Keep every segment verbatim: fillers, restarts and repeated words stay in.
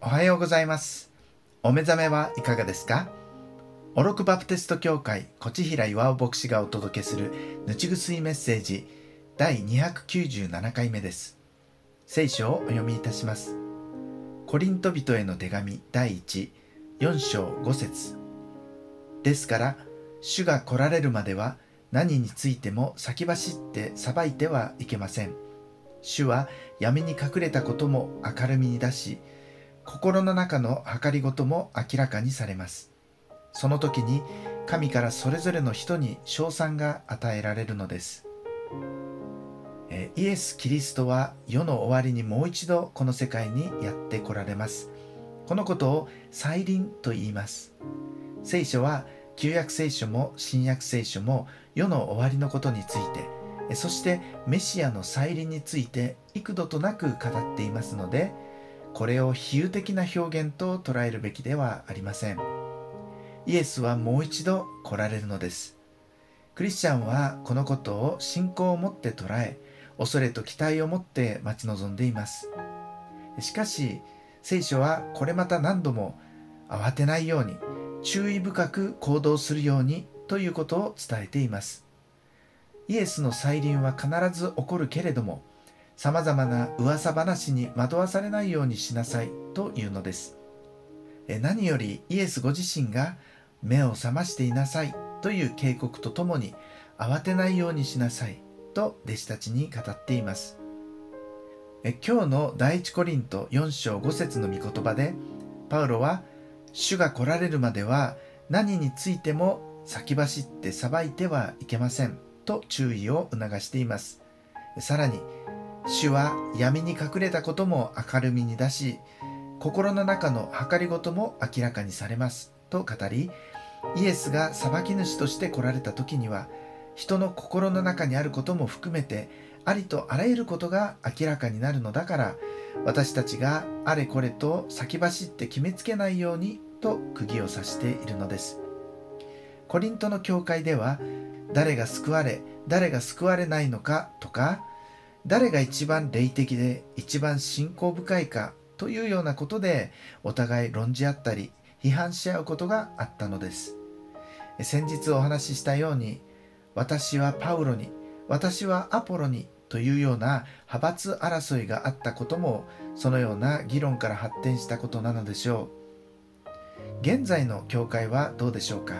おはようございます。お目覚めはいかがですか？オロクバプテスト教会越平巌牧師がお届けするぬちぐすいメッセージだいにひゃくきゅうじゅうななかいめです。聖書をお読みいたします。コリント人への手紙だいいち、よん章ご節。ですから主が来られるまでは何についても先走って裁いてはいけません。主は闇に隠れたことも明るみに出し、心の中の計りごとも明らかにされます。その時に神からそれぞれの人に称賛が与えられるのです。えイエス・キリストは世の終わりにもう一度この世界にやって来られます。このことを再臨と言います。聖書は旧約聖書も新約聖書も世の終わりのことについて、そしてメシアの再臨について幾度となく語っていますので、これを比喩的な表現と捉えるべきではありません。イエスはもう一度来られるのです。クリスチャンはこのことを信仰を持って捉え、恐れと期待を持って待ち望んでいます。しかし、聖書はこれまた何度も慌てないように、注意深く行動するようにということを伝えています。イエスの再臨は必ず起こるけれども、さまざまな噂話に惑わされないようにしなさいというのです。何よりイエスご自身が目を覚ましていなさいという警告とともに、慌てないようにしなさいと弟子たちに語っています。今日の第一コリントよん章ご節の御言葉で、パウロは主が来られるまでは何についても先走って裁いてはいけませんと注意を促しています。さらに、主は闇に隠れたことも明るみに出し、心の中の計りごとも明らかにされますと語り、イエスが裁き主として来られた時には、人の心の中にあることも含めてありとあらゆることが明らかになるのだから、私たちがあれこれと先走って決めつけないようにと釘を刺しているのです。コリントの教会では、誰が救われ誰が救われないのかとか、誰が一番霊的で一番信仰深いかというようなことでお互い論じ合ったり批判し合うことがあったのです。先日お話ししたように、私はパウロに、私はアポロにというような派閥争いがあったことも、そのような議論から発展したことなのでしょう。現在の教会はどうでしょうか。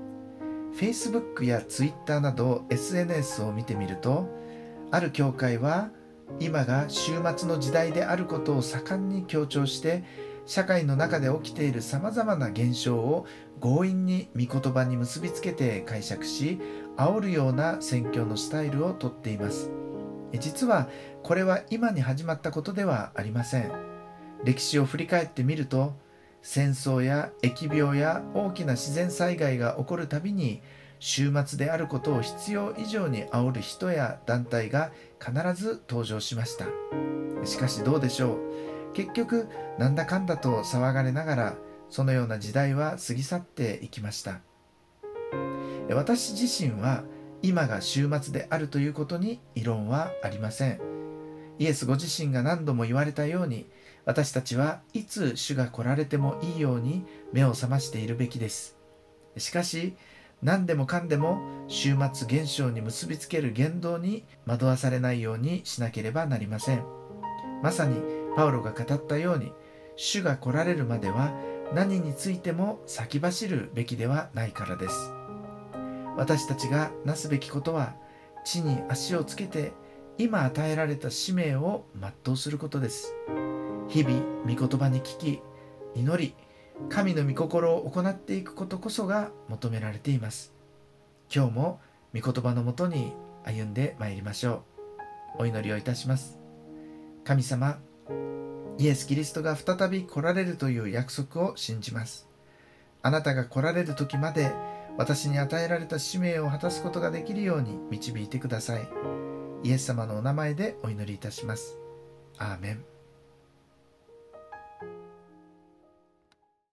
Facebook や Twitter など エスエヌエス を見てみると、ある教会は今が終末の時代であることを盛んに強調して、社会の中で起きているさまざまな現象を強引に御言葉に結びつけて解釈し、煽るような宣教のスタイルをとっています。実はこれは今に始まったことではありません。歴史を振り返ってみると、戦争や疫病や大きな自然災害が起こるたびに、終末であることを必要以上に煽る人や団体が必ず登場しました。しかしどうでしょう。結局なんだかんだと騒がれながら、そのような時代は過ぎ去っていきました。私自身は今が終末であるということに異論はありません。イエスご自身が何度も言われたように、私たちはいつ主が来られてもいいように目を覚ましているべきです。しかし何でもかんでも終末現象に結びつける言動に惑わされないようにしなければなりません。まさにパウロが語ったように、主が来られるまでは何についても先走るべきではないからです。私たちがなすべきことは、地に足をつけて今与えられた使命を全うすることです。日々御言葉に聞き、祈り、神の御心を行っていくことこそが求められています。今日も御言葉のもとに歩んでまいりましょう。お祈りをいたします。神様、イエス・キリストが再び来られるという約束を信じます。あなたが来られる時まで私に与えられた使命を果たすことができるように導いてください。イエス様のお名前でお祈りいたします。アーメン。